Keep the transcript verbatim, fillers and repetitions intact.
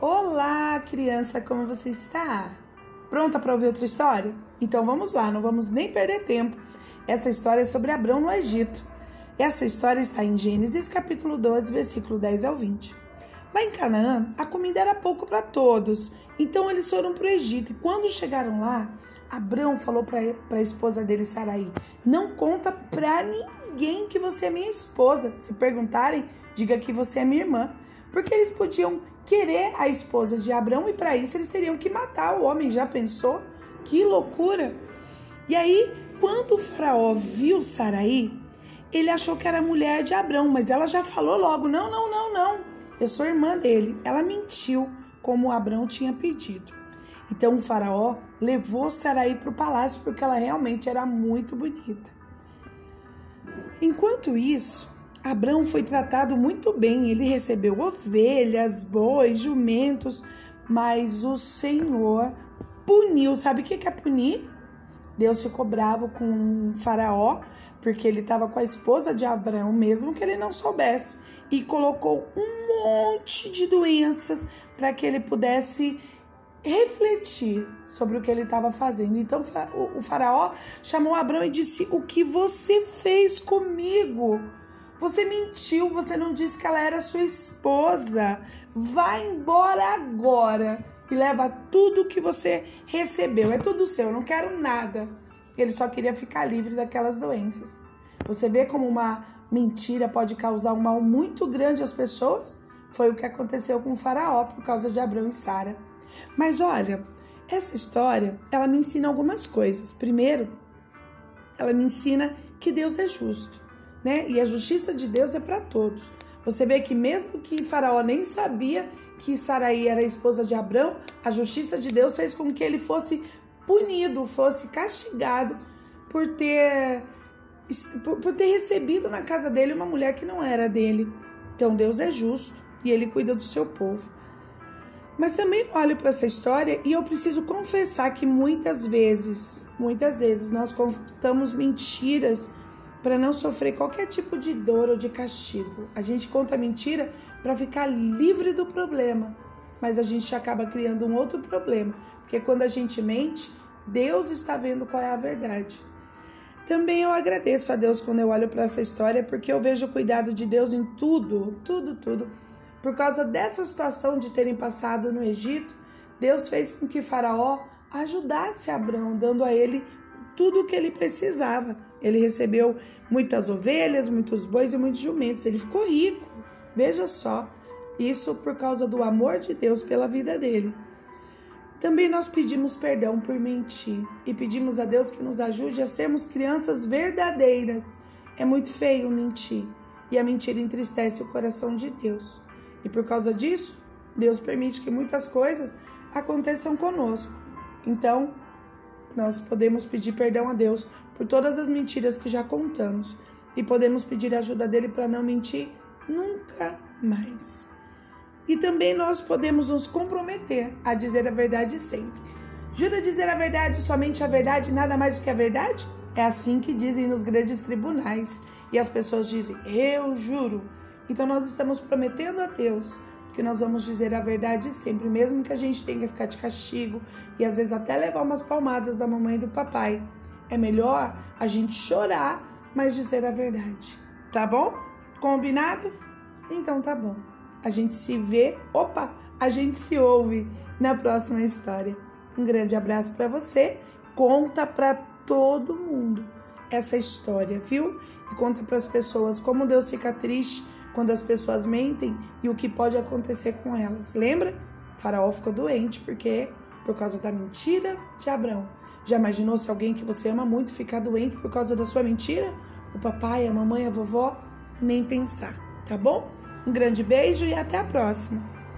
Olá, criança, como você está? Pronta para ouvir outra história? Então vamos lá, não vamos nem perder tempo. Essa história é sobre Abrão no Egito. Essa história está em Gênesis capítulo doze, versículo dez ao vinte. Lá em Canaã, a comida era pouco para todos, então eles foram para o Egito. E quando chegaram lá, Abrão falou para a esposa dele, Sarai: não conta para ninguém que você é minha esposa. Se perguntarem, diga que você é minha irmã. Porque eles podiam querer a esposa de Abrão e para isso eles teriam que matar o homem. Já pensou? Que loucura! E aí, quando o faraó viu Sarai, ele achou que era mulher de Abrão, mas ela já falou logo: não, não, não, não, eu sou irmã dele. Ela mentiu como Abrão tinha pedido. Então o faraó levou Sarai para o palácio porque ela realmente era muito bonita. Enquanto isso, Abrão foi tratado muito bem. Ele recebeu ovelhas, bois, jumentos, mas o Senhor puniu. Sabe o que é punir? Deus ficou bravo com o faraó, porque ele estava com a esposa de Abrão, mesmo que ele não soubesse, e colocou um monte de doenças para que ele pudesse refletir sobre o que ele estava fazendo. Então o faraó chamou Abrão e disse: o que você fez comigo? Você mentiu, você não disse que ela era sua esposa. Vai embora agora e leva tudo que você recebeu. É tudo seu, eu não quero nada. Ele só queria ficar livre daquelas doenças. Você vê como uma mentira pode causar um mal muito grande às pessoas? Foi o que aconteceu com o faraó por causa de Abrão e Sara. Mas olha, essa história, ela me ensina algumas coisas. Primeiro, ela me ensina que Deus é justo, né? E a justiça de Deus é para todos. Você vê que mesmo que Faraó nem sabia que Sarai era a esposa de Abrão, a justiça de Deus fez com que ele fosse punido, fosse castigado por ter, por, por ter recebido na casa dele uma mulher que não era dele. Então Deus é justo e ele cuida do seu povo. Mas também olho para essa história e eu preciso confessar que muitas vezes, muitas vezes nós contamos mentiras para não sofrer qualquer tipo de dor ou de castigo. A gente conta mentira para ficar livre do problema, mas a gente acaba criando um outro problema, porque quando a gente mente, Deus está vendo qual é a verdade. Também eu agradeço a Deus quando eu olho para essa história, porque eu vejo o cuidado de Deus em tudo, tudo, tudo. Por causa dessa situação de terem passado no Egito, Deus fez com que Faraó ajudasse Abrão, dando a ele tudo o que ele precisava. Ele recebeu muitas ovelhas, muitos bois e muitos jumentos. Ele ficou rico. Veja só. Isso por causa do amor de Deus pela vida dele. Também nós pedimos perdão por mentir. E pedimos a Deus que nos ajude a sermos crianças verdadeiras. É muito feio mentir. E a mentira entristece o coração de Deus. E por causa disso, Deus permite que muitas coisas aconteçam conosco. Então, nós podemos pedir perdão a Deus por todas as mentiras que já contamos e podemos pedir a ajuda dele para não mentir nunca mais. E também nós podemos nos comprometer a dizer a verdade sempre. Jura dizer a verdade, somente a verdade, nada mais do que a verdade? É assim que dizem nos grandes tribunais. E as pessoas dizem: eu juro. Então nós estamos prometendo a Deus que nós vamos dizer a verdade sempre, mesmo que a gente tenha que ficar de castigo e às vezes até levar umas palmadas da mamãe e do papai. É melhor a gente chorar, mas dizer a verdade. Tá bom? Combinado? Então tá bom. A gente se vê, opa, a gente se ouve na próxima história. Um grande abraço para você. Conta para todo mundo essa história, viu? E conta para as pessoas como Deus fica triste quando as pessoas mentem e o que pode acontecer com elas. Lembra? O faraó ficou doente porque por causa da mentira de Abrão. Já imaginou se alguém que você ama muito ficar doente por causa da sua mentira? O papai, a mamãe, a vovó, nem pensar, tá bom? Um grande beijo e até a próxima.